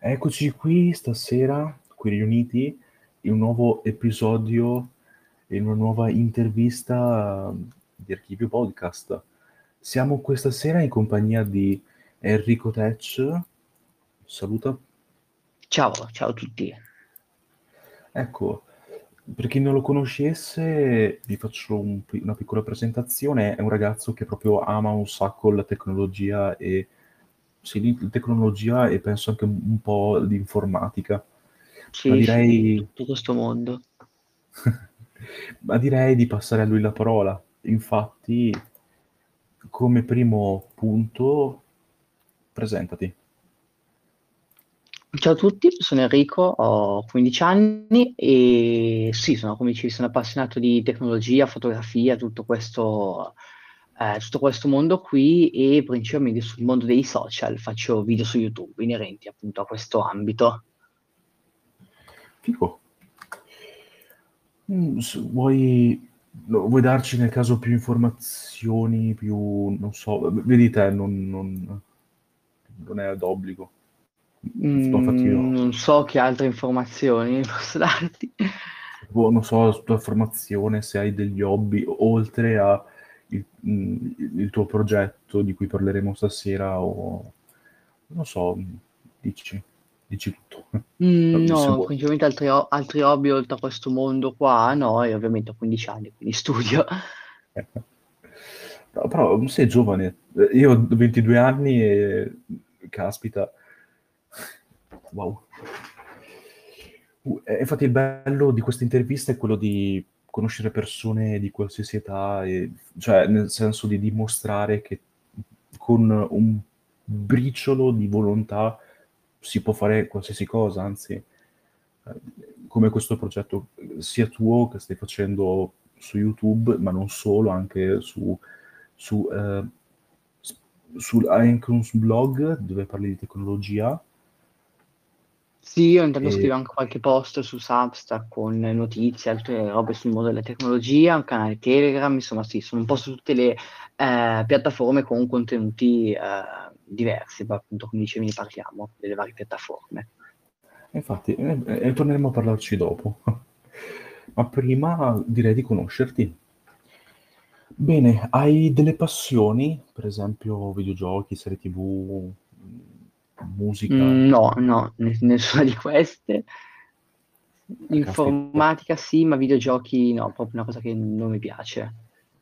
Eccoci qui stasera, qui riuniti in un nuovo episodio, in una nuova intervista di Archivio Podcast. Siamo questa sera in compagnia di Enrico Tech. Saluta. Ciao, ciao a tutti. Ecco, per chi non lo conoscesse, vi faccio una piccola presentazione. È un ragazzo che proprio ama un sacco la tecnologia e sì, la tecnologia e penso anche un po' l'informatica. Ma Sì, sì, direi, tutto questo mondo. ma direi di passare a lui la parola. Infatti, come primo punto, presentati. Ciao a tutti, sono Enrico, ho 15 anni e sì, come dicevi, sono appassionato di tecnologia, fotografia, tutto questo mondo qui e principalmente sul mondo dei social. Faccio video su YouTube inerenti appunto a questo ambito. Fico. Vuoi, no, vuoi darci nel caso più informazioni, più, non so, vedi te, non è d'obbligo. No, infatti io, Non so che altre informazioni posso darti. boh, non so, la tua formazione, se hai degli hobby, oltre a il tuo progetto di cui parleremo stasera, o non so, dici, dici tutto. Se No, vuoi. principalmente altri hobby oltre a questo mondo qua, no, e ovviamente ho 15 anni, quindi studio. No, però sei giovane. Io ho 22 anni e caspita. Wow. Infatti il bello di questa intervista è quello di conoscere persone di qualsiasi età, cioè nel senso di dimostrare che con un briciolo di volontà si può fare qualsiasi cosa, anzi, come questo progetto sia tuo che stai facendo su YouTube, ma non solo, anche su, eh, hai anche un blog dove parli di tecnologia. Sì, io intanto E scrivo anche qualche post su Substack con notizie, altre robe sul mondo della tecnologia, un canale Telegram, insomma sì, sono un po' su tutte le piattaforme con contenuti diversi, poi appunto come dicevi ne parliamo delle varie piattaforme. infatti, torneremo a parlarci dopo. Ma prima direi di conoscerti. Bene, hai delle passioni, per esempio videogiochi, serie TV, musica? No, no, nessuna di queste. Caspita. Informatica sì, ma videogiochi no, proprio una cosa che non mi piace.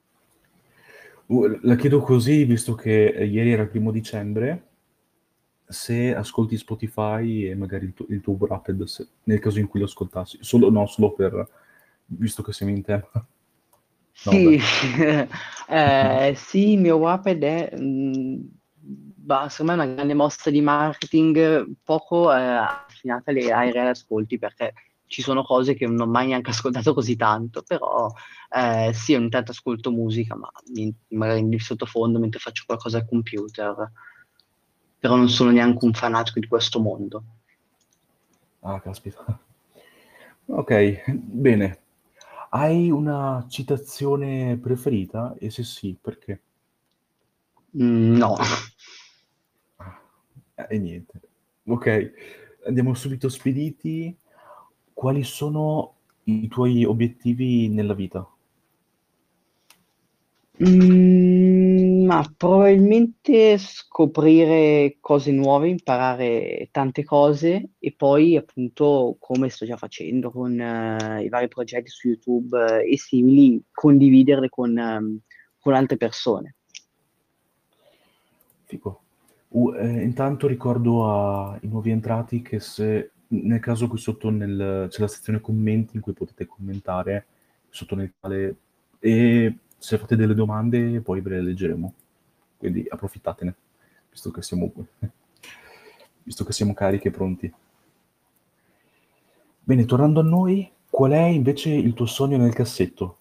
La chiedo così, visto che ieri era il 1° dicembre, se ascolti Spotify e magari il tuo Wrapped, nel caso in cui lo ascoltassi. Solo, no, solo per, visto che siamo in tema. No, Sì, vabbè. sì, il mio Wapped è, secondo me, una grande mossa di marketing poco affinata ai reali ascolti, perché ci sono cose che non ho mai neanche ascoltato così tanto, però sì, ogni tanto ascolto musica, ma magari di sottofondo mentre faccio qualcosa al computer, però non sono neanche un fanatico di questo mondo. Ah, caspita. Ok, bene. Hai una citazione preferita? E se sì, perché? No. E niente. Ok, andiamo subito spediti. Quali sono i tuoi obiettivi nella vita? Ma probabilmente scoprire cose nuove, imparare tante cose e poi appunto come sto già facendo con i vari progetti su YouTube e simili, condividerle con altre persone. Fico. Intanto ricordo ai nuovi entrati che se nel caso qui sotto c'è la sezione commenti in cui potete commentare sotto nel canale e se fate delle domande poi ve le leggeremo. Quindi approfittatene, visto che siamo, visto che siamo carichi e pronti. Bene, tornando a noi, qual è invece il tuo sogno nel cassetto?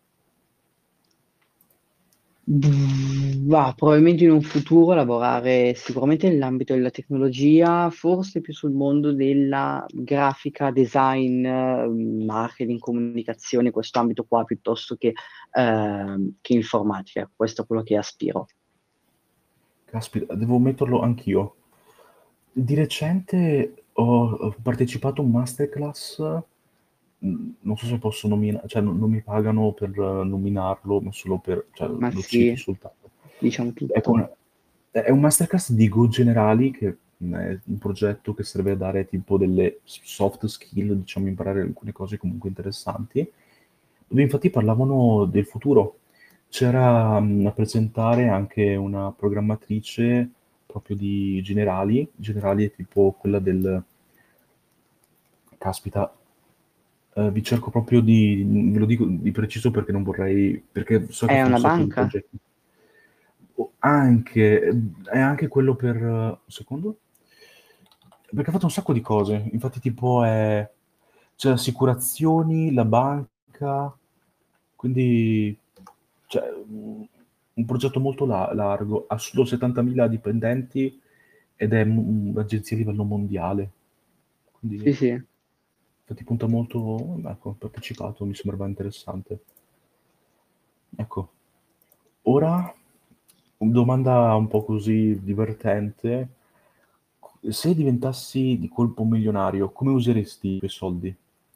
Probabilmente in un futuro lavorare sicuramente nell'ambito della tecnologia, forse più sul mondo della grafica, design, marketing, comunicazione, questo ambito qua piuttosto che informatica. Questo è quello che aspiro. Caspita, devo metterlo anch'io. Di recente ho partecipato a un masterclass, non so se posso nominare, cioè non mi pagano per nominarlo, ma solo per, cioè Ma lo cito sì, soltanto. diciamo Ecco, tutto. è un masterclass di Go Generali, che è un progetto che serve a dare tipo delle soft skill, diciamo, imparare alcune cose comunque interessanti, dove infatti parlavano del futuro. C'era a presentare anche una programmatrice proprio di Generali. Generali è tipo quella del... Caspita, vi cerco proprio di... ve lo dico di preciso perché non vorrei... perché so che È fa un una sacco di banca? progetti. Anche, è anche quello per... un secondo? Perché ha fatto un sacco di cose. Infatti tipo è... c'è assicurazioni, la banca, quindi... Cioè, un progetto molto largo, ha solo 70.000 dipendenti ed è un'agenzia a livello mondiale. Quindi, Sì, sì. infatti punta molto... Ecco, ho partecipato, mi sembrava interessante. Ecco, ora, domanda un po' così divertente. Se diventassi di colpo milionario, come useresti quei soldi?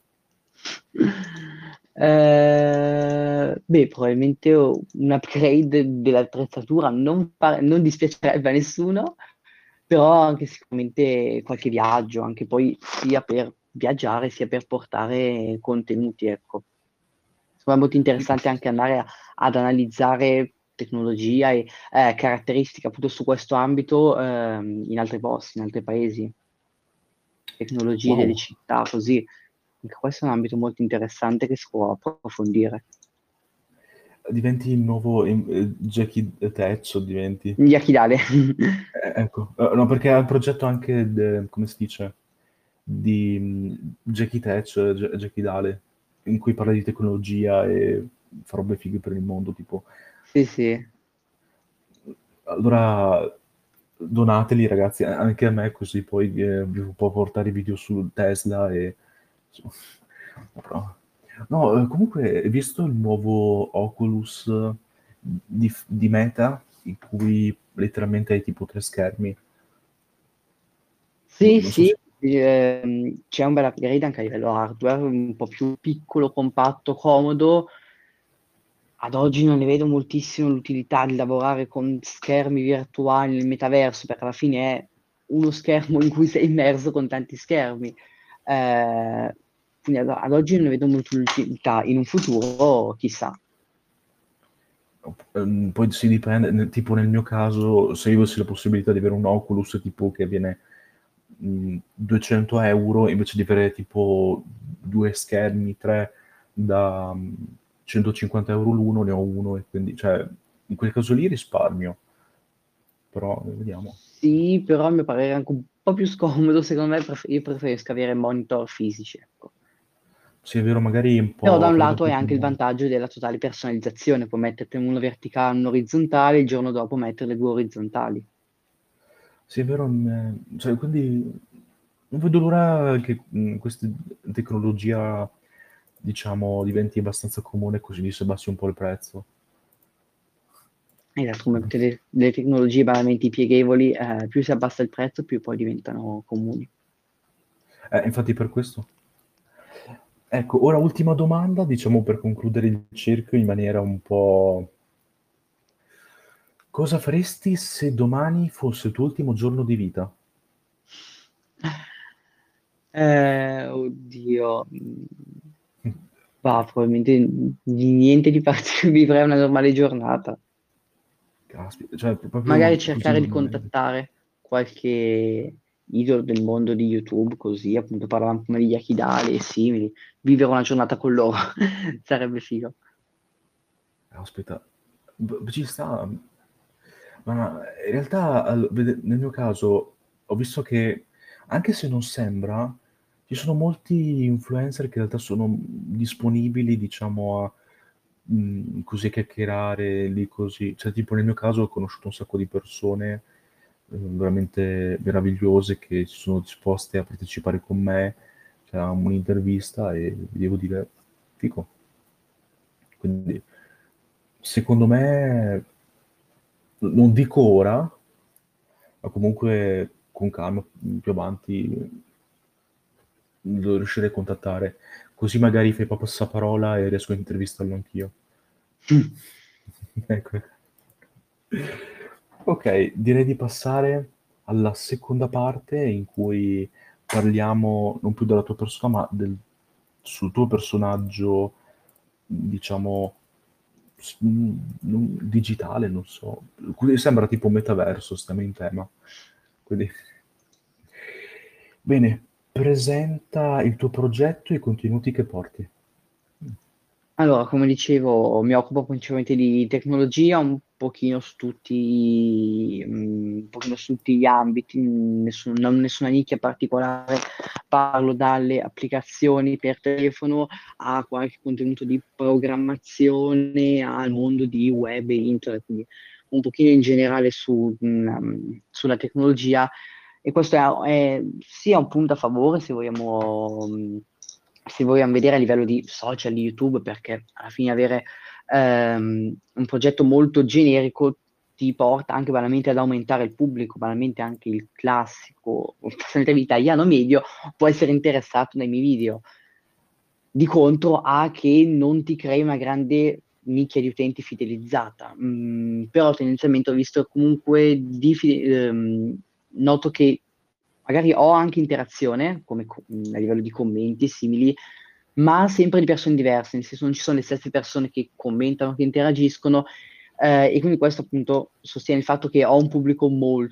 Beh, probabilmente un upgrade dell'attrezzatura non dispiacerebbe a nessuno, però anche sicuramente qualche viaggio, anche poi sia per viaggiare sia per portare contenuti, ecco. Insomma, è molto interessante anche andare ad analizzare tecnologia e caratteristiche appunto su questo ambito in altri posti, in altri paesi, tecnologie delle Wow, città, così. Anche questo è un ambito molto interessante che si può approfondire. diventi il nuovo Jackie Tetch, diventi. Gli Achidale. Ecco, no, perché ha il progetto anche, come si dice, di Jackie Tetch, Jackie Dale, in cui parla di tecnologia e fa robe fighe per il mondo, tipo. Sì, sì. Allora, donateli ragazzi, anche a me, così poi vi può portare i video su Tesla e... Però- No, comunque, hai visto il nuovo Oculus di Meta, in cui letteralmente hai tipo tre schermi? Sì, Non so sì, se... c'è un bel upgrade anche a livello hardware, un po' più piccolo, compatto, comodo. Ad oggi non ne vedo moltissimo l'utilità di lavorare con schermi virtuali nel metaverso, perché alla fine è uno schermo in cui sei immerso con tanti schermi. Eh, quindi ad oggi non ne vedo molto l'utilità. In un futuro, chissà. Poi si dipende, tipo nel mio caso, se io avessi la possibilità di avere un Oculus tipo che viene 200 euro, invece di avere tipo due schermi, tre da 150 euro l'uno, ne ho uno e quindi, cioè, in quel caso lì risparmio, però vediamo. Sì, però a mio parere è anche un po' più scomodo, secondo me io preferisco avere monitor fisici, ecco. Sì, è vero, magari un Però da po', un per lato esempio, hai anche il vantaggio della totale personalizzazione, puoi mettertene uno verticale, uno orizzontale, il giorno dopo metterle due orizzontali. sì, è vero, cioè, quindi non vedo l'ora che questa tecnologia, diciamo, diventi abbastanza comune così si abbassi un po' il prezzo. Esatto, come tutte le tecnologie banalmente pieghevoli, più si abbassa il prezzo, più poi diventano comuni. Infatti per questo. Ecco, ora ultima domanda, diciamo per concludere il cerchio in maniera un po'... Cosa faresti se domani fosse il tuo ultimo giorno di vita? Oddio, bah, probabilmente di niente di particolare, vivrei una normale giornata. Caspita, cioè Magari proprio così cercare di normalmente. contattare qualche idolo del mondo di YouTube, così appunto parlavamo prima di Yakidali e simili, vivere una giornata con loro sarebbe figo. Aspetta, ci sta, ma in realtà nel mio caso ho visto che anche se non sembra, ci sono molti influencer che in realtà sono disponibili, diciamo, a così chiacchierare lì così. Cioè, tipo nel mio caso ho conosciuto un sacco di persone veramente meravigliose che si sono disposte a partecipare con me, cioè, a un'intervista e vi devo dire, fico. Quindi, secondo me, non dico ora, ma comunque con calma più avanti. lo riuscirei a contattare, così magari fai proprio passaparola e riesco a intervistarlo anch'io. Ecco. Ok, direi di passare alla seconda parte in cui parliamo non più della tua persona, ma sul tuo personaggio, diciamo, digitale, non so. Qui sembra tipo metaverso, stiamo in tema. Quindi, bene, presenta il tuo progetto e i contenuti che porti. Allora, come dicevo, mi occupo principalmente di tecnologia, un pochino su tutti gli ambiti, non nessuna nicchia particolare. Parlo dalle applicazioni per telefono a qualche contenuto di programmazione, al mondo di web e internet, quindi un pochino in generale sulla tecnologia. E questo è sia un punto a favore se vogliamo vedere a livello di social, di YouTube, perché alla fine avere un progetto molto generico ti porta anche banalmente ad aumentare il pubblico, banalmente anche il classico passatemi italiano medio può essere interessato dai miei video. Di contro a che non ti crei una grande nicchia di utenti fidelizzata. Però tendenzialmente ho visto comunque noto che magari ho anche interazione, a livello di commenti simili, ma sempre di persone diverse, nel senso non ci sono le stesse persone che commentano, che interagiscono, e quindi questo appunto sostiene il fatto che ho un pubblico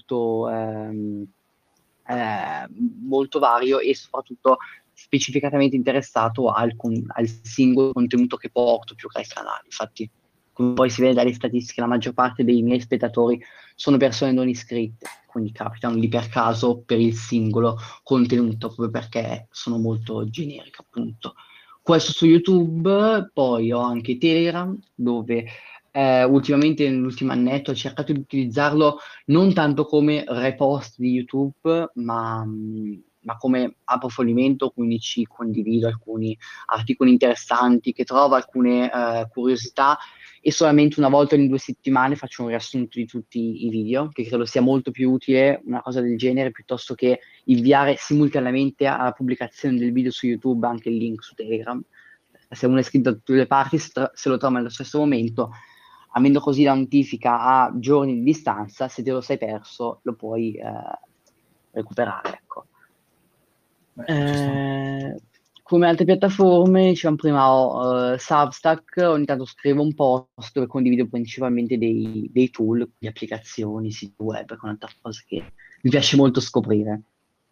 eh, molto vario e soprattutto specificatamente interessato al singolo contenuto che porto più che al canale. Infatti, come poi si vede dalle statistiche, la maggior parte dei miei spettatori sono persone non iscritte, quindi capitano lì per caso per il singolo contenuto, proprio perché sono molto generiche, appunto. Questo su YouTube, poi ho anche Telegram, dove ultimamente nell'ultimo annetto ho cercato di utilizzarlo non tanto come repost di YouTube, ma come approfondimento, quindi ci condivido alcuni articoli interessanti che trovo, alcune curiosità e solamente una volta ogni 2 settimane faccio un riassunto di tutti i video, che credo sia molto più utile una cosa del genere piuttosto che inviare simultaneamente alla pubblicazione del video su YouTube anche il link su Telegram. Se uno è iscritto da tutte le parti, se lo trova nello stesso momento, avendo così la notifica a giorni di distanza, se te lo sei perso lo puoi recuperare, ecco. Ci sta. Come altre piattaforme, diciamo prima ho Substack, ogni tanto scrivo un post dove condivido principalmente dei tool, di applicazioni, siti web, con altre cose che mi piace molto scoprire.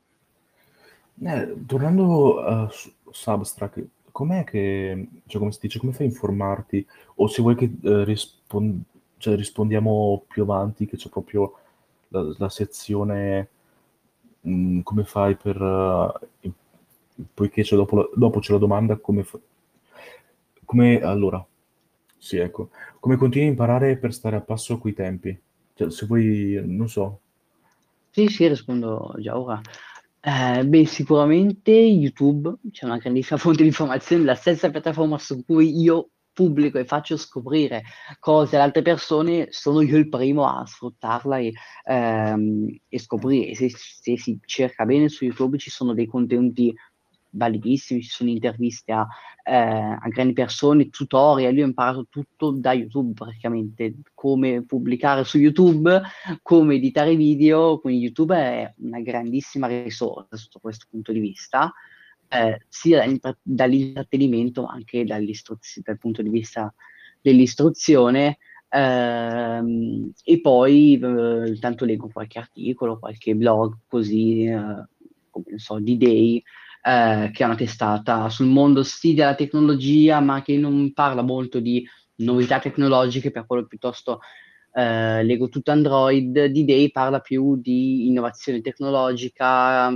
Tornando a Substract, com'è che, cioè come si dice, come fai a informarti? O se vuoi che cioè, rispondiamo più avanti, che c'è proprio la sezione, come fai per, poiché c'è dopo c'è la domanda, allora, sì, ecco, come continui a imparare per stare a passo coi tempi? Cioè, se vuoi, non so. Sì, sì, rispondo già ora. Beh, sicuramente YouTube, c'è una grandissima fonte di informazioni, la stessa piattaforma su cui io pubblico e faccio scoprire cose ad altre persone, sono io il primo a sfruttarla e scoprire. Se si cerca bene su YouTube ci sono dei contenuti validissimi, ci sono interviste a grandi persone, tutorial, io ho imparato tutto da YouTube praticamente, come pubblicare su YouTube, come editare video, quindi YouTube è una grandissima risorsa sotto questo punto di vista, sia dall'intrattenimento ma anche dal punto di vista dell'istruzione. E poi tanto leggo qualche articolo, qualche blog così, come ne so, di Day, che è una testata sul mondo sì della tecnologia, ma che non parla molto di novità tecnologiche, per quello piuttosto leggo tutto Android. D-Day parla più di innovazione tecnologica,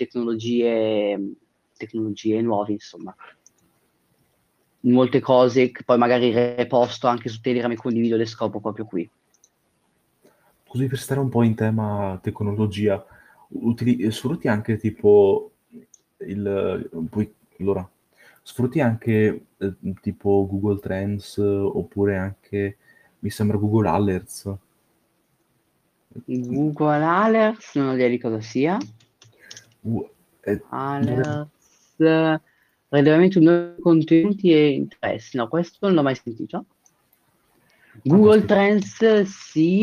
tecnologie nuove, insomma. Molte cose che poi magari reposto anche su Telegram e condivido le scopro proprio qui. Così per stare un po' in tema tecnologia, sfrutti anche tipo allora, sfrutti anche tipo Google Trends oppure anche, mi sembra Google Alerts. Google Alerts, non ho idea di cosa sia. Uh, eh, dovrebbe, Alerts. rilevamento di nuovi contenuti e interessi. No, questo non l'ho mai sentito. Ah, Google caspita. Trends sì,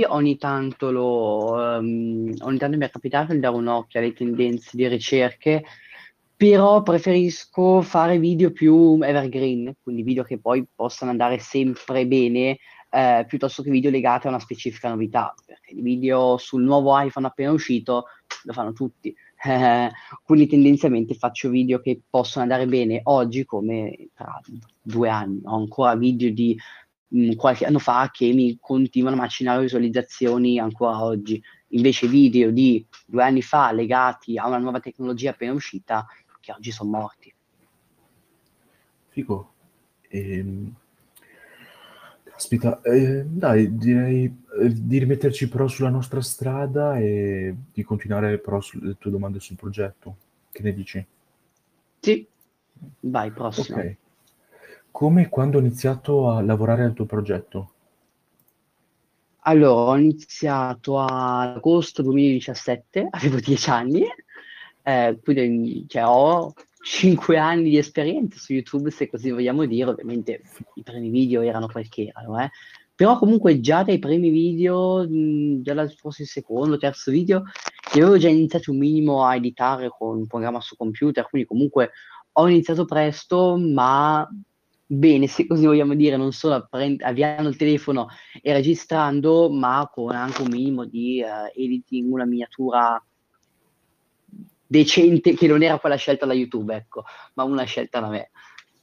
ogni tanto mi è capitato di dare un occhio alle tendenze di ricerche, però preferisco fare video più evergreen, quindi video che poi possano andare sempre bene, piuttosto che video legati a una specifica novità, perché i video sul nuovo iPhone appena uscito lo fanno tutti. Quindi tendenzialmente faccio video che possono andare bene oggi come tra 2 anni. Ho ancora video di qualche anno fa che mi continuano a macinare visualizzazioni ancora oggi. Invece video di 2 anni fa legati a una nuova tecnologia appena uscita, che oggi sono morti. Figo. Ehm, Caspita, dai, direi di rimetterci però sulla nostra strada e di continuare però sulle tue domande sul progetto. Che ne dici? Sì, vai, prossimo. Ok. Come e quando ho iniziato a lavorare al tuo progetto? Allora, ho iniziato ad agosto 2017, avevo 10 anni, quindi cioè, ho 5 anni di esperienza su YouTube, se così vogliamo dire. Ovviamente i primi video erano quel che erano, però comunque già dai primi video, forse il secondo, terzo video, io avevo già iniziato un minimo a editare con un programma su computer, quindi comunque ho iniziato presto, ma bene, se così vogliamo dire, non solo avviando il telefono e registrando, ma con anche un minimo di editing, una miniatura decente, che non era quella scelta da YouTube, ecco, ma una scelta da me.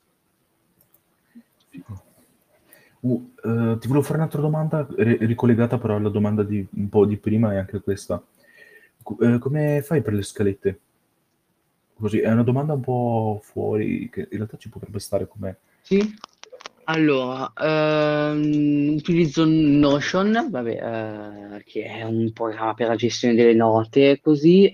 Ti volevo fare un'altra domanda, ricollegata però alla domanda di un po' di prima e anche questa. Come fai per le scalette? Così, è una domanda un po' fuori, che in realtà ci potrebbe stare come... Sì? Allora, utilizzo Notion, vabbè, che è un programma per la gestione delle note, così,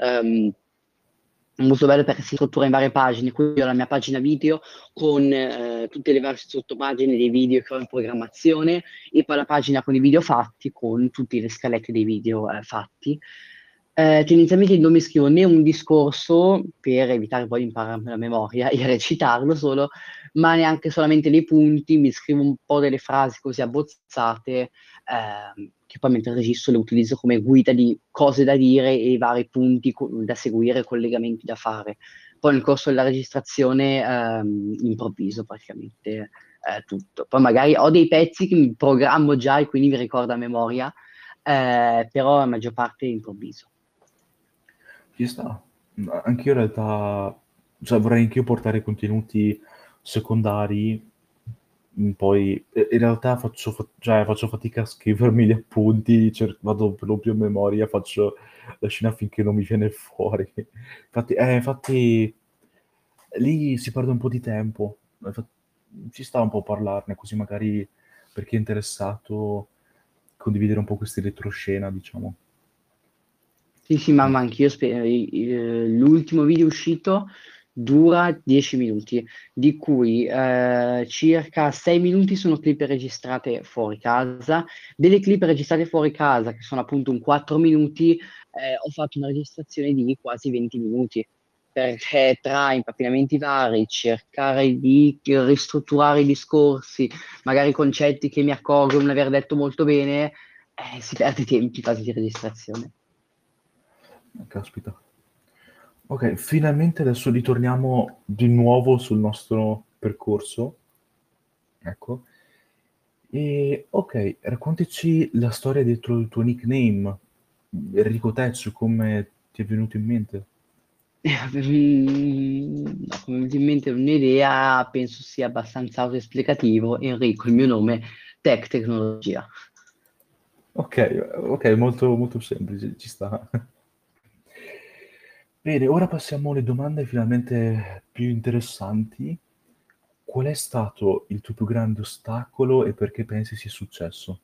molto bello perché si struttura in varie pagine, quindi ho la mia pagina video con tutte le varie sottopagine dei video che ho in programmazione e poi la pagina con i video fatti con tutte le scalette dei video fatti. Tendenzialmente non mi scrivo né un discorso per evitare poi di impararmi la memoria e recitarlo solo, ma neanche solamente dei punti, mi scrivo un po' delle frasi così abbozzate, che poi mentre registro le utilizzo come guida di cose da dire e vari punti da seguire, collegamenti da fare. Poi nel corso della registrazione improvviso praticamente tutto. Poi magari ho dei pezzi che mi programmo già e quindi mi ricordo a memoria, però la maggior parte improvviso. Ci sta. Anch'io in realtà, cioè vorrei anch'io portare contenuti secondari, poi in realtà cioè, faccio fatica a scrivermi gli appunti, vado proprio a memoria, faccio la scena finché non mi viene fuori. Infatti lì si perde un po' di tempo. Ci sta un po' a parlarne, così magari per chi è interessato condividere un po' questa retroscena, diciamo. Sì, sì, ma anch'io l'ultimo video uscito dura 10 minuti, di cui circa 6 minuti sono clip registrate fuori casa. Delle clip registrate fuori casa, che sono appunto un 4 minuti, ho fatto una registrazione di quasi 20 minuti, perché tra impapinamenti vari, cercare di ristrutturare i discorsi, magari concetti che mi accorgo di non aver detto molto bene, si perde tempi quasi di registrazione. Caspita. Ok, finalmente adesso ritorniamo di nuovo sul nostro percorso. Ecco. E ok, raccontaci la storia dietro il tuo nickname, Enrico Tezio, come ti è venuto in mente? No, come mi è venuta in mente un'idea, penso sia abbastanza autoesplicativo. Enrico, il mio nome, Tech Tecnologia. Ok, ok, molto, molto semplice, ci sta. Bene, ora passiamo alle domande finalmente più interessanti. Qual è stato il tuo più grande ostacolo e perché pensi sia successo?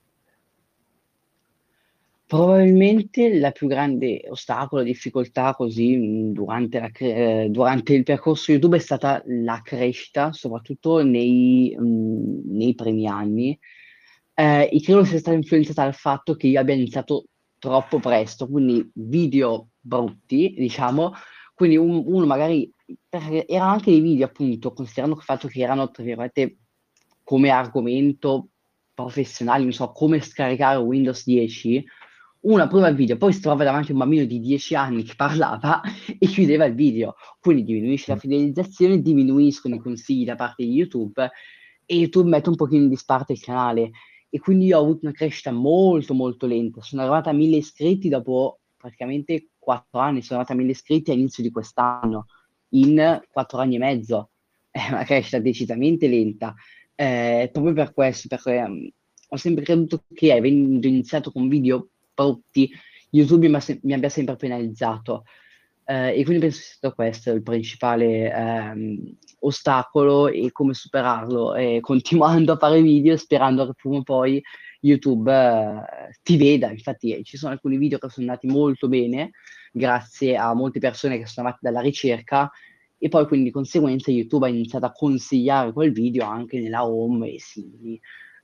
Probabilmente la più grande ostacolo, difficoltà così durante il percorso YouTube è stata la crescita, soprattutto nei primi anni. E credo sia stata influenzata dal fatto che io abbia iniziato troppo presto, quindi video brutti, diciamo, quindi uno magari perché erano anche dei video, appunto, considerando il fatto che erano, tra virgolette, come argomento professionali, non so, come scaricare Windows 10, una prova il video, poi si trova davanti a un bambino di 10 anni che parlava e chiudeva il video. Quindi diminuisce la fidelizzazione, diminuiscono i consigli da parte di YouTube e YouTube mette un pochino in disparte il canale. E quindi io ho avuto una crescita molto molto lenta. Sono arrivata a 1000 iscritti dopo praticamente 4 anni, sono arrivata a 1000 iscritti all'inizio di quest'anno, in 4 anni e mezzo. È una crescita decisamente lenta. Proprio per questo, perché ho sempre creduto che avendo iniziato con video brutti, YouTube mi abbia sempre penalizzato. E quindi penso sia stato questo il principale ostacolo e come superarlo, continuando a fare video sperando che prima o poi YouTube ti veda. Infatti ci sono alcuni video che sono andati molto bene grazie a molte persone che sono andate dalla ricerca e poi quindi di conseguenza YouTube ha iniziato a consigliare quel video anche nella home e simili.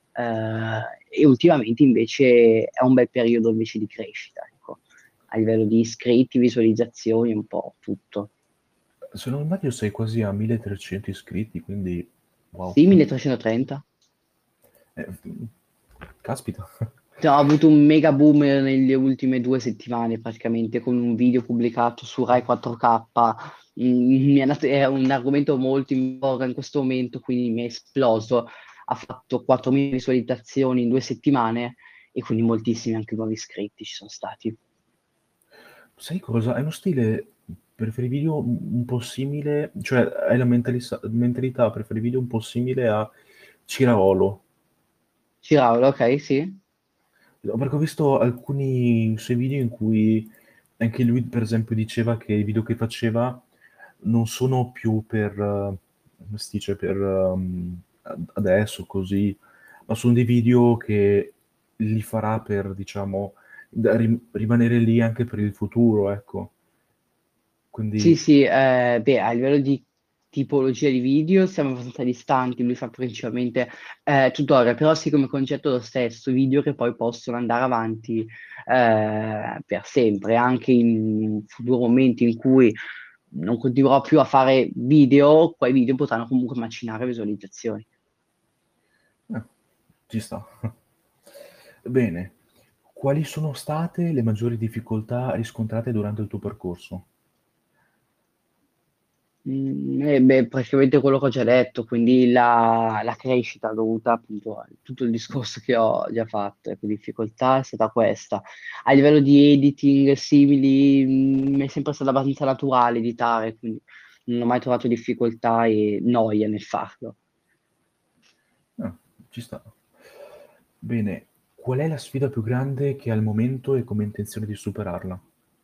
E ultimamente invece è un bel periodo invece di crescita, ecco, a livello di iscritti, visualizzazioni, un po' tutto. Se non sbaglio sei quasi a 1300 iscritti, quindi wow. Sì, 1330. Eh, caspita. Ho avuto un mega boom nelle ultime 2 settimane praticamente con un video pubblicato su Rai 4K. È un argomento molto in voga in questo momento, quindi mi è esploso. Ha fatto 4.000 visualizzazioni in 2 settimane e quindi moltissimi anche nuovi iscritti ci sono stati. Sai cosa? È uno stile per fare video un po' simile, cioè hai la mentalità per fare video un po' simile a Ciraolo. Ciraulo, ok, sì. Perché ho visto alcuni suoi video in cui anche lui, per esempio, diceva che i video che faceva non sono più per, come si dice, per adesso, così, ma sono dei video che li farà per, diciamo, rimanere lì anche per il futuro, ecco. Sì, Quindi, sì, beh, a livello di tipologia di video siamo abbastanza distanti, lui fa principalmente tutorial, però sì come concetto è lo stesso, video che poi possono andare avanti per sempre, anche in futuri momenti in cui non continuerò più a fare video, quei video potranno comunque macinare visualizzazioni. eh, ci sta. Bene, quali sono state le maggiori difficoltà riscontrate durante il tuo percorso? Beh, praticamente quello che ho già detto, quindi la crescita dovuta appunto a tutto il discorso che ho già fatto, ecco, difficoltà è stata questa. A livello di editing simili, mi è sempre stato abbastanza naturale editare, quindi non ho mai trovato difficoltà e noia nel farlo. Ah, ci sta. Bene, qual è la sfida più grande che hai al momento e come hai intenzione di superarla?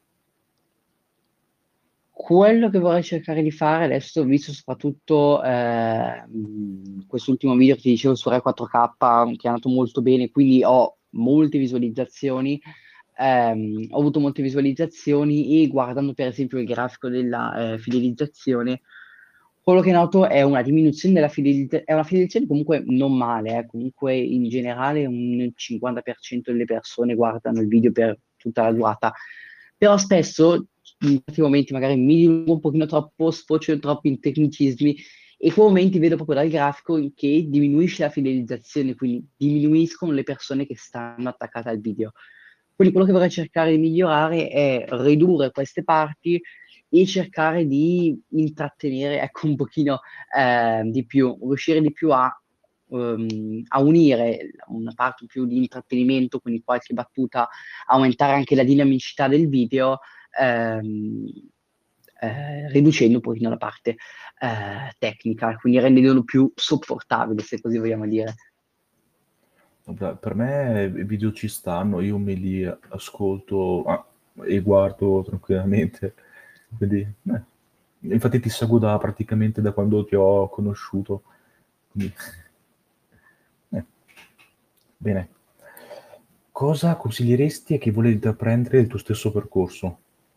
Quello che vorrei cercare di fare adesso, visto soprattutto quest'ultimo video che ti dicevo su Rai 4K, che è andato molto bene, quindi ho molte visualizzazioni, ho avuto molte visualizzazioni e guardando per esempio il grafico della fidelizzazione, quello che noto è una diminuzione della fidelizzazione, è una fidelizzazione comunque non male, comunque in generale un 50% delle persone guardano il video per tutta la durata, però spesso in certi momenti magari mi dilungo un pochino troppo, sfocio troppo in tecnicismi e in quei momenti vedo proprio dal grafico che diminuisce la fidelizzazione, quindi diminuiscono le persone che stanno attaccate al video. Quindi quello che vorrei cercare di migliorare è ridurre queste parti e cercare di intrattenere, ecco, un pochino di più, riuscire di più a unire una parte più di intrattenimento, quindi qualche battuta, aumentare anche la dinamicità del video, ehm, riducendo un pochino la parte tecnica, quindi rendendolo più sopportabile, se così vogliamo dire. Vabbè, per me i video ci stanno, io me li ascolto e guardo tranquillamente. Quindi, infatti ti seguo praticamente da quando ti ho conosciuto. Quindi, eh, bene. Cosa consiglieresti a chi vuole intraprendere il tuo stesso percorso?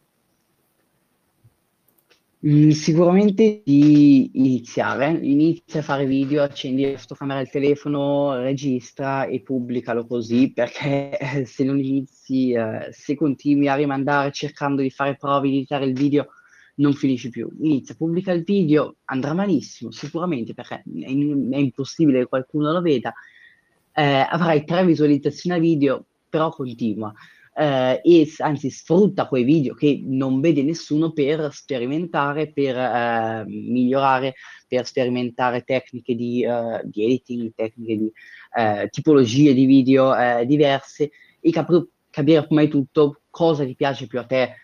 Sicuramente di iniziare, inizia a fare video, accendi la fotocamera del telefono, registra e pubblicalo così, perché se non inizi, se continui a rimandare cercando di fare prove, di editare il video, non finisci più. Inizia, pubblica il video, andrà malissimo, sicuramente, perché è impossibile che qualcuno lo veda. Avrai 3 visualizzazioni a video, però continua. Anzi, sfrutta quei video che non vede nessuno per sperimentare, per migliorare, per sperimentare tecniche di editing, tecniche di tipologie di video diverse e capire prima di tutto cosa ti piace più a te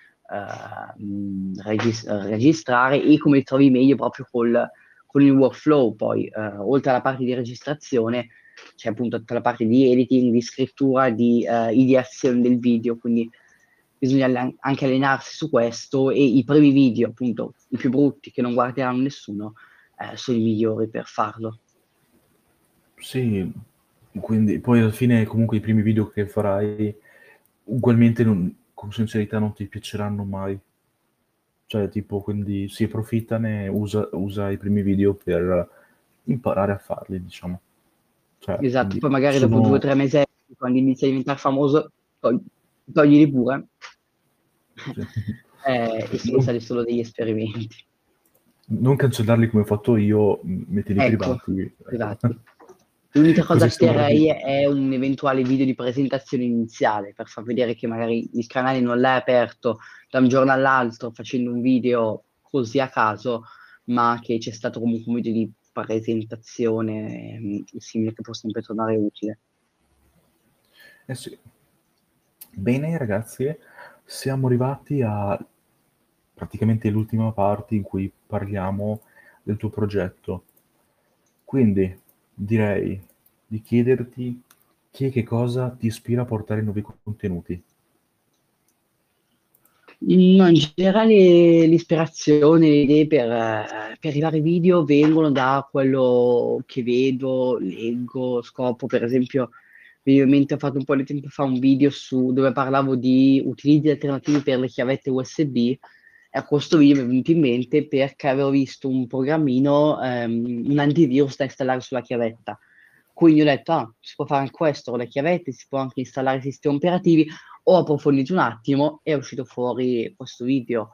registrare e come ti trovi meglio proprio con il workflow. Poi, oltre alla parte di registrazione, c'è appunto tutta la parte di editing, di scrittura, di ideazione del video, quindi bisogna anche allenarsi su questo e i primi video, appunto, i più brutti che non guarderanno nessuno, sono i migliori per farlo. Sì, quindi poi alla fine comunque i primi video che farai ugualmente con sincerità non ti piaceranno mai. Cioè, tipo, quindi sì, approfittane, usa i primi video per imparare a farli, diciamo. Cioè, Esatto, quindi poi magari dopo 2 o sono... 3 mesi, quando inizi a diventare famoso, toglili pure sì. e Non, sali solo degli esperimenti. non cancellarli come ho fatto io, mettili Ecco, privati. Ecco. esatto. L'unica cosa Così che se guardi... terrei è un eventuale video di presentazione iniziale per far vedere che magari il canale non l'hai aperto da un giorno all'altro facendo un video così a caso, ma che c'è stato comunque un video di presentazione simile che può sempre tornare utile. Eh sì. Bene, ragazzi, siamo arrivati a praticamente l'ultima parte in cui parliamo del tuo progetto. Quindi direi di chiederti che cosa ti ispira a portare nuovi contenuti. No, in generale l'ispirazione, le idee per arrivare ai video vengono da quello che vedo, leggo, scopro. Per esempio, ovviamente ho fatto un po' di tempo fa un video dove parlavo di utilizzi alternativi per le chiavette USB e a questo video mi è venuto in mente perché avevo visto un programmino, un antivirus da installare sulla chiavetta. Quindi ho detto, si può fare anche questo con le chiavette, si può anche installare sistemi operativi. Ho approfondito un attimo e è uscito fuori questo video.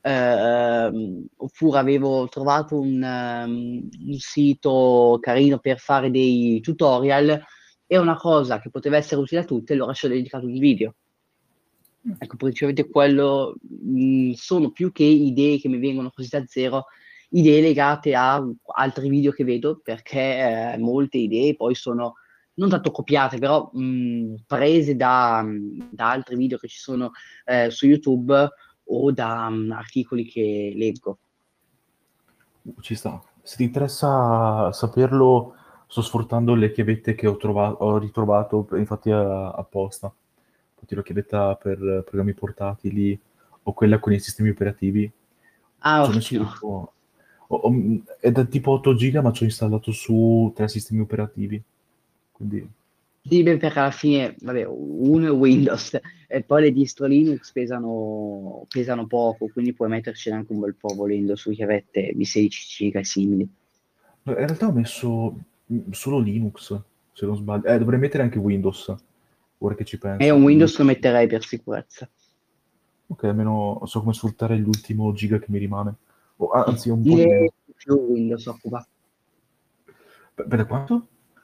Oppure avevo trovato un sito carino per fare dei tutorial e una cosa che poteva essere utile a tutti, allora ci ho dedicato un video. Ecco, principalmente quello sono più che idee che mi vengono così da zero, idee legate a altri video che vedo, perché molte idee poi sono non tanto copiate, però prese da altri video che ci sono su YouTube o da articoli che leggo. Ci sta. Se ti interessa saperlo, sto sfruttando le chiavette che ho ritrovato, infatti apposta. Infatti la chiavetta per programmi portatili o quella con i sistemi operativi. Ah, Ci ho messo ottimo. tipo... è da tipo 8 giga, ma ci ho installato su 3 sistemi operativi. Quindi... Sì, beh, perché alla fine, vabbè, uno è Windows e poi le distro Linux pesano poco, quindi puoi metterci anche un bel po' volendo su chiavette di 16 giga e simili. no, in realtà ho messo solo Linux, se non sbaglio. Dovrei mettere anche Windows, ora che ci E penso. un Windows lo metterei per sicurezza. Ok, almeno so come sfruttare l'ultimo giga che mi rimane. O, anzi, un po' di Direi meno. che più Windows occupa. Per quanto?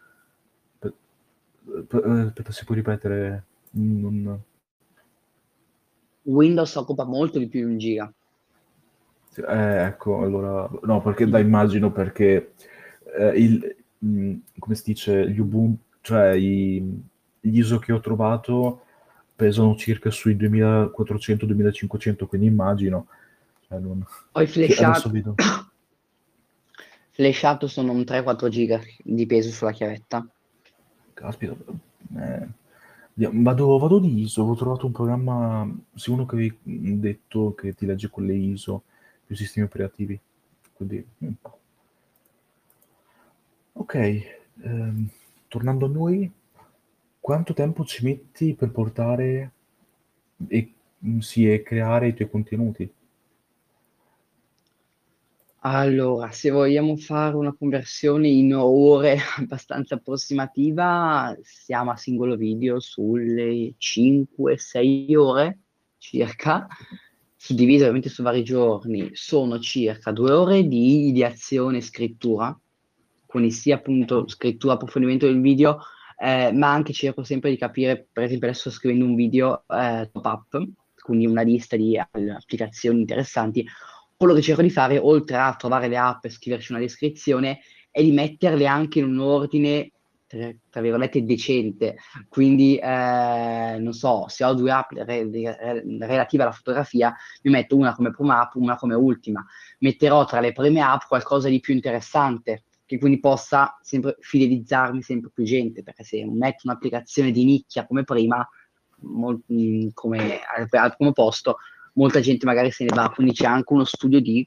Aspetta, si può ripetere? Non... Windows occupa molto di più di un giga. ecco, allora... No, perché da immagino perché come si dice, gli Ubuntu, cioè gli ISO che ho trovato pesano circa sui 2400-2500, quindi immagino. Cioè, Poi che adesso vedo. flashato sono un 3-4 giga di peso sulla chiavetta. Caspita, eh, vado di ISO, avevo trovato un programma, sì, uno che avevi detto che ti legge con le ISO, più sistemi operativi. Quindi, ok, tornando a noi, quanto tempo ci metti per portare e, sì, e creare i tuoi contenuti? Allora, se vogliamo fare una conversione in ore abbastanza approssimativa, siamo a singolo video sulle 5-6 ore circa. suddivise ovviamente su vari giorni, sono circa 2 ore di ideazione e scrittura, quindi sia appunto scrittura, approfondimento del video, ma anche cerco sempre di capire, per esempio adesso sto scrivendo un video top up, quindi una lista di applicazioni interessanti. Quello che cerco di fare, oltre a trovare le app e scriverci una descrizione, è di metterle anche in un ordine, tra virgolette, decente. Quindi, non so, se ho due app relative alla fotografia, mi metto una come prima app, una come ultima. Metterò tra le prime app qualcosa di più interessante, che quindi possa sempre fidelizzarmi sempre più gente, perché se metto un'applicazione di nicchia come prima, come al primo posto, molta gente magari se ne va, quindi c'è anche uno studio di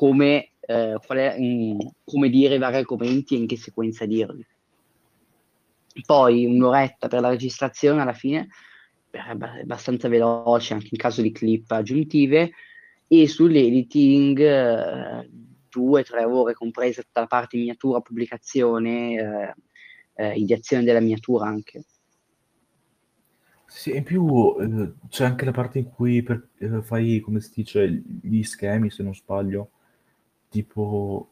come dire i vari argomenti e in che sequenza dirli. Poi un'oretta per la registrazione alla fine, è abbastanza veloce anche in caso di clip aggiuntive, e sull'editing 2 o 3 ore, compresa tutta la parte miniatura, pubblicazione, ideazione della miniatura anche. Sì, e in più c'è anche la parte in cui fai, come si dice, gli schemi, se non sbaglio, tipo...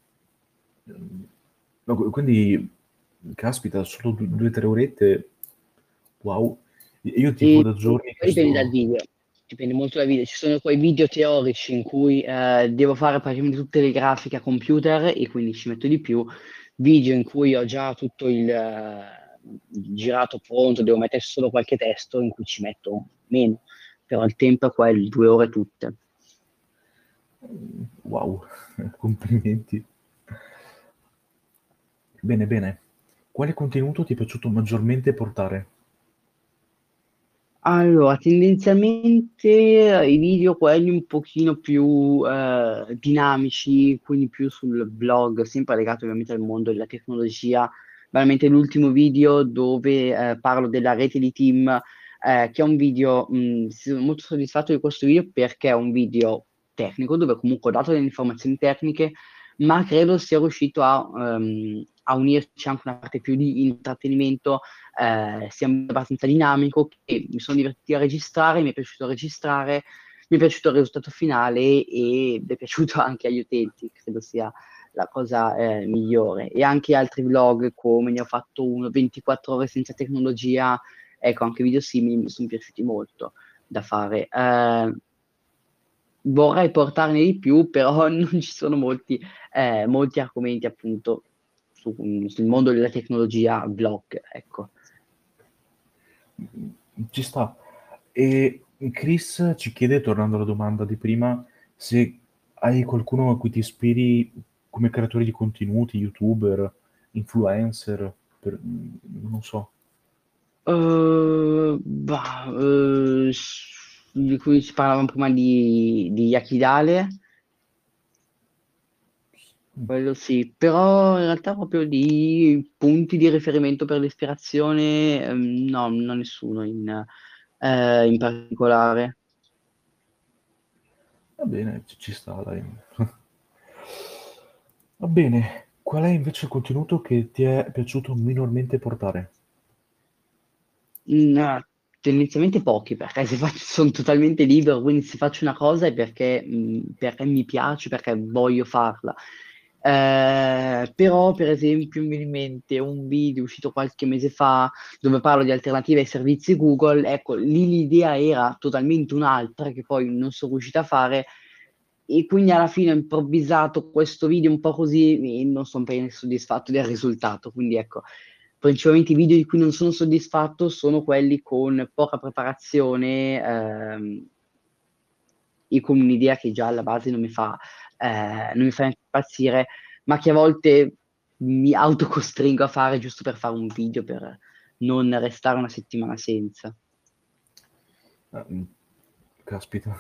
no, quindi, caspita, solo 2 o 3 orette, wow. Io tipo E da giorni che poi dipende dal sto... video, dipende molto dal video. Ci sono quei video teorici in cui devo fare praticamente tutte le grafiche a computer e quindi ci metto di più. Video in cui ho già tutto il girato pronto, devo mettere solo qualche testo in cui ci metto meno, però il tempo è quello, 2 ore tutte. Wow, complimenti. Bene, bene. Quale contenuto ti è piaciuto maggiormente portare? Allora, tendenzialmente i video quelli un pochino più dinamici, quindi più sul blog, sempre legato ovviamente al mondo della tecnologia. Veramente l'ultimo video dove parlo della rete di team, che è un video, sono molto soddisfatto di questo video perché è un video tecnico, dove comunque ho dato delle informazioni tecniche, ma credo sia riuscito a unirci anche una parte più di intrattenimento, sia abbastanza dinamico, che mi sono divertito a registrare, mi è piaciuto registrare, mi è piaciuto il risultato finale e mi è piaciuto anche agli utenti, credo sia la cosa migliore. E anche altri vlog, come ne ho fatto uno 24 ore senza tecnologia, ecco, anche video simili mi sono piaciuti molto da fare. Vorrei portarne di più, però non ci sono molti argomenti appunto sul mondo della tecnologia blog, ecco. Ci sta. E Chris ci chiede, tornando alla domanda di prima, se hai qualcuno a cui ti ispiri come creatore di contenuti, youtuber, influencer, non so. Di cui si parlava prima di Yakidale, quello sì, però in realtà proprio di punti di riferimento per l'ispirazione, no, non nessuno in particolare. Va bene, ci sta, dai. Va bene, qual è invece il contenuto che ti è piaciuto minormente portare? No, tendenzialmente pochi, perché se sono totalmente libero, quindi se faccio una cosa è perché mi piace, perché voglio farla. Però, per esempio, mi viene in mente un video uscito qualche mese fa dove parlo di alternative ai servizi Google. Ecco, lì l'idea era totalmente un'altra che poi non sono riuscita a fare, e quindi alla fine ho improvvisato questo video un po' così e non sono ben soddisfatto del risultato. Quindi ecco, principalmente i video di cui non sono soddisfatto sono quelli con poca preparazione, e con un'idea che già alla base non mi fa impazzire, ma che a volte mi autocostringo a fare giusto per fare un video, per non restare una settimana senza. Ah, caspita.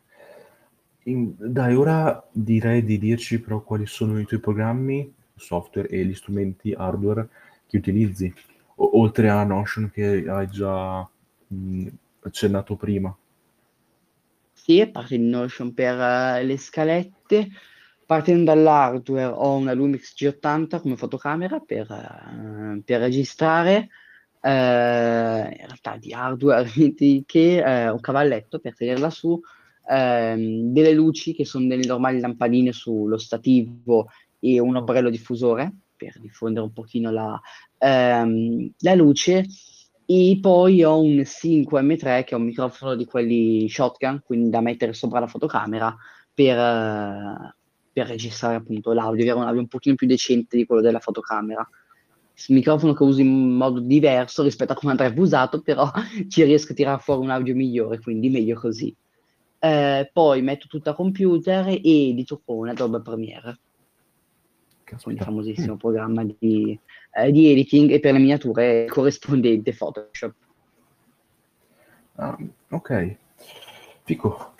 Dai, ora direi di dirci però quali sono i tuoi programmi, software e gli strumenti hardware che utilizzi, oltre a Notion che hai già accennato prima. Sì, a parte di Notion per le scalette. Partendo dall'hardware, ho una Lumix G80 come fotocamera per registrare. In realtà di hardware niente di che, un cavalletto per tenerla su, delle luci che sono delle normali lampadine sullo stativo e un ombrello diffusore per diffondere un pochino la luce. E poi ho un Sync M3 che è un microfono di quelli shotgun, quindi da mettere sopra la fotocamera per registrare appunto l'audio, avere un audio un pochino più decente di quello della fotocamera. Il microfono che uso in modo diverso rispetto a come andrebbe usato, però ci riesco a tirare fuori un audio migliore, quindi meglio così. Poi metto tutto a computer e edito con Adobe Premiere, quindi il Caspita. famosissimo programma di editing, e per le miniature il corrispondente Photoshop. Ah, ok. Fico.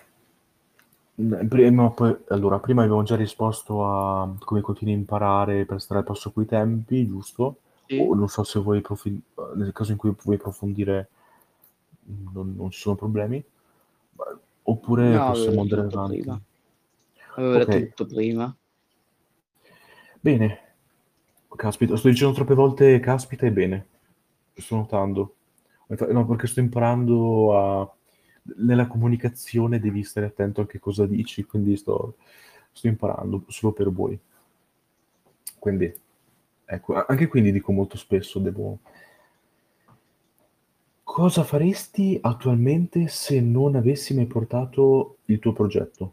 Allora, prima abbiamo già risposto a come continui a imparare per stare al passo coi tempi, giusto? O Sì. non so se vuoi nel caso in cui vuoi approfondire, non ci sono problemi. Oppure No, avevo possiamo detto andare tutto avanti. prima. Avevo Ok, detto tutto prima. bene. Caspita, sto dicendo troppe volte caspita e bene. Sto notando. No, perché sto imparando a... Nella comunicazione devi stare attento anche a cosa dici, quindi sto imparando solo per voi. Quindi, ecco, anche quindi dico molto spesso, devo... Cosa faresti attualmente se non avessi mai portato il tuo progetto?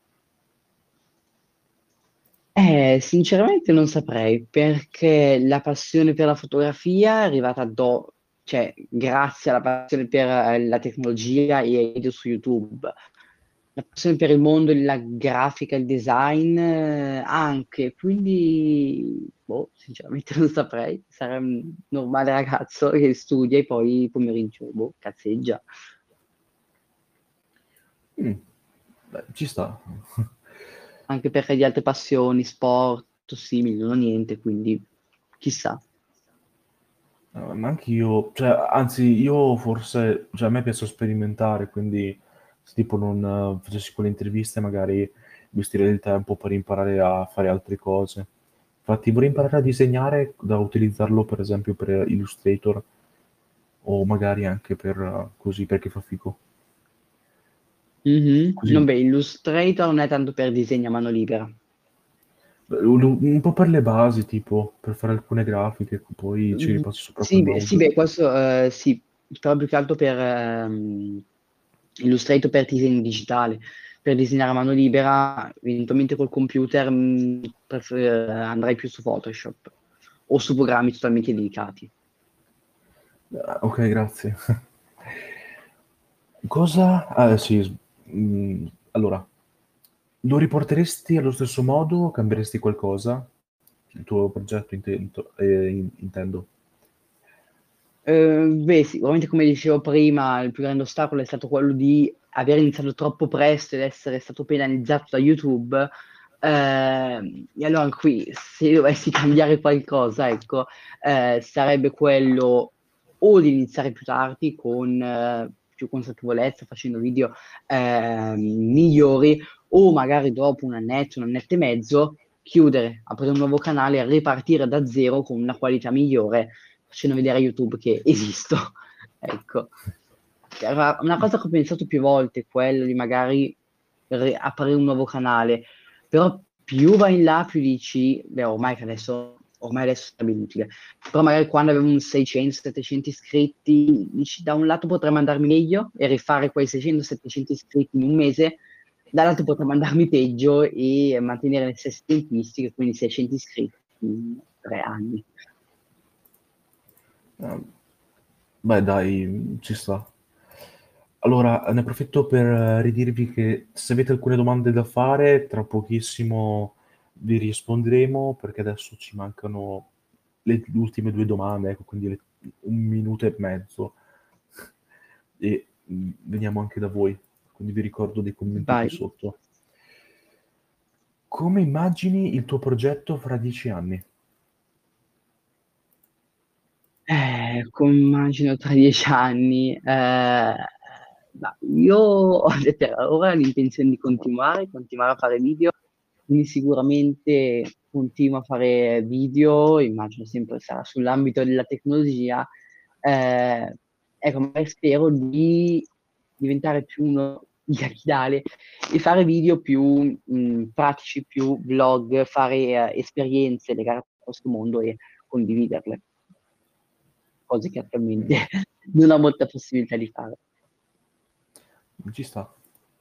Sinceramente non saprei, perché la passione per la fotografia è arrivata cioè, grazie alla passione per la tecnologia e i video su YouTube. La passione per il mondo della grafica e il design, anche, quindi, boh, sinceramente non saprei. Sarei un normale ragazzo che studia e poi pomeriggio, boh, cazzeggia. Mm, beh, ci sta. Anche perché di altre passioni, sport, simili, non ho niente, quindi chissà. Ma anche io, cioè, anzi, io forse, cioè, a me piace sperimentare, quindi se tipo non facessi quelle interviste, magari investire del tempo per imparare a fare altre cose. Infatti, vorrei imparare a disegnare da utilizzarlo, per esempio, per Illustrator o magari anche per così, perché fa figo. Mhm. Così, Vabbè, Illustrator non è tanto per disegno a mano libera. un po' per le basi, tipo, per fare alcune grafiche, poi ci Mm, ripassi sopra col sì, sì, mouse. beh, questo sì, però più che altro per Illustrator per disegno digitale. Per disegnare a mano libera, eventualmente col computer, andrei più su Photoshop o su programmi totalmente dedicati. Ok, grazie. Cosa? Ah, sì. Allora, lo riporteresti allo stesso modo o cambieresti qualcosa? Il tuo progetto intendo. Beh, sicuramente come dicevo prima, il più grande ostacolo è stato quello di aver iniziato troppo presto ed essere stato penalizzato da YouTube. E allora qui, se dovessi cambiare qualcosa, ecco, sarebbe quello o di iniziare più tardi con più consapevolezza, facendo video migliori, o magari dopo un annetto e mezzo, chiudere, aprire un nuovo canale e ripartire da zero con una qualità migliore facendo vedere a YouTube che esisto. Ecco. Era una cosa che ho pensato più volte, quello di magari aprire un nuovo canale, però più vai in là, più dici, beh, ormai adesso sarebbe inutile. Però magari quando avevo un 600-700 iscritti, dici, da un lato potremmo andarmi meglio e rifare quei 600-700 iscritti in un mese, dall'altro potremmo andarmi peggio e mantenere le stesse tempistiche, quindi 600 iscritti in 3 anni. Eh, Beh, dai, ci sta. Allora, ne approfitto per ridirvi che se avete alcune domande da fare, tra pochissimo vi risponderemo, perché adesso ci mancano le ultime due domande, ecco, quindi 1 minuto e mezzo. E veniamo anche da voi, quindi vi ricordo dei commenti qui Vai. sotto. Come immagini il tuo progetto fra 10 anni? Come immagino tra 10 anni, ma io ho per ora l'intenzione di continuare a fare video, quindi sicuramente continuo a fare video, immagino sempre sarà sull'ambito della tecnologia. Ecco, magari spero di diventare più uno Achille e fare video più pratici, più vlog, fare esperienze legate a questo mondo e condividerle, cose che attualmente non ho molta possibilità di fare. Ci sta.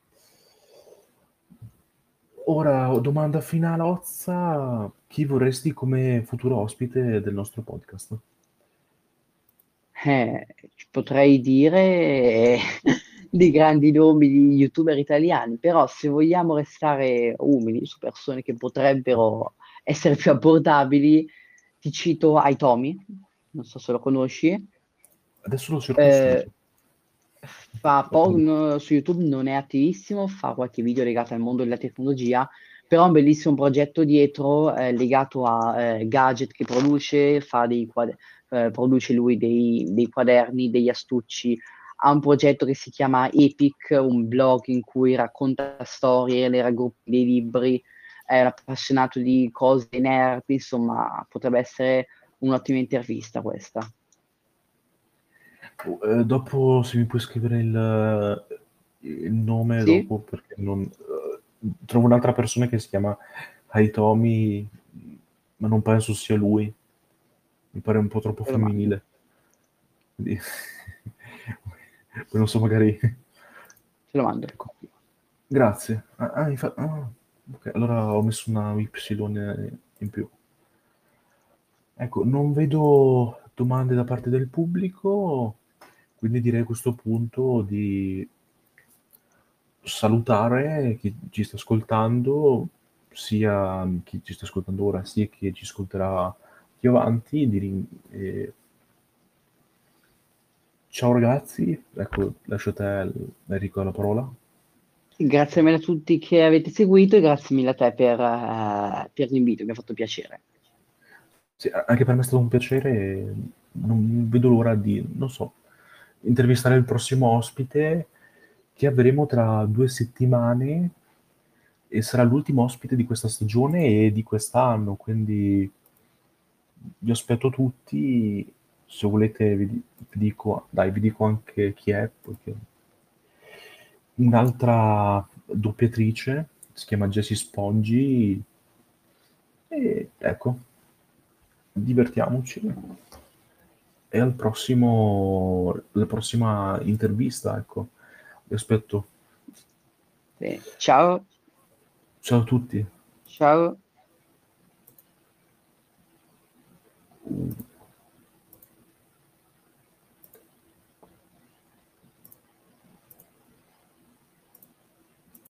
Ora, domanda finale, Ozza, chi vorresti come futuro ospite del nostro podcast? Potrei dire dei grandi nomi di youtuber italiani, però se vogliamo restare umili su persone che potrebbero essere più abbordabili, ti cito Aitomi, non so se lo conosci. Adesso lo cerco Eh, subito. su YouTube non è attivissimo, fa qualche video legato al mondo della tecnologia, però ha un bellissimo progetto dietro legato a gadget che produce, produce lui dei quaderni, degli astucci, ha un progetto che si chiama Epic, un blog in cui racconta storie, le raggruppa dei libri, è un appassionato di cose nerd, insomma potrebbe essere un'ottima intervista questa. Dopo, se mi puoi scrivere il nome Sì? dopo, perché non... trovo un'altra persona che si chiama Haitomi, ma non penso sia lui. Mi pare un po' troppo Te lo mando, femminile. Quindi... Poi non so, magari... te lo mando. Ecco. Grazie. Ok, allora ho messo una Y in più. Ecco, non vedo domande da parte del pubblico, quindi direi a questo punto di salutare chi ci sta ascoltando, sia chi ci sta ascoltando ora, sia chi ci ascolterà più avanti. Ciao ragazzi, ecco, lascio a te, Enrico, la parola. Grazie mille a tutti che avete seguito e grazie mille a te per l'invito, mi ha fatto piacere. Sì, anche per me è stato un piacere, e non vedo l'ora di, non so, intervistare il prossimo ospite che avremo tra 2 settimane e sarà l'ultimo ospite di questa stagione e di quest'anno, quindi vi aspetto tutti. Se volete vi dico anche chi è, perché un'altra doppiatrice, si chiama Jessie Spongi, e ecco, divertiamoci. E alla prossima intervista, ecco. Vi aspetto. Bene, ciao, Ciao a tutti. ciao.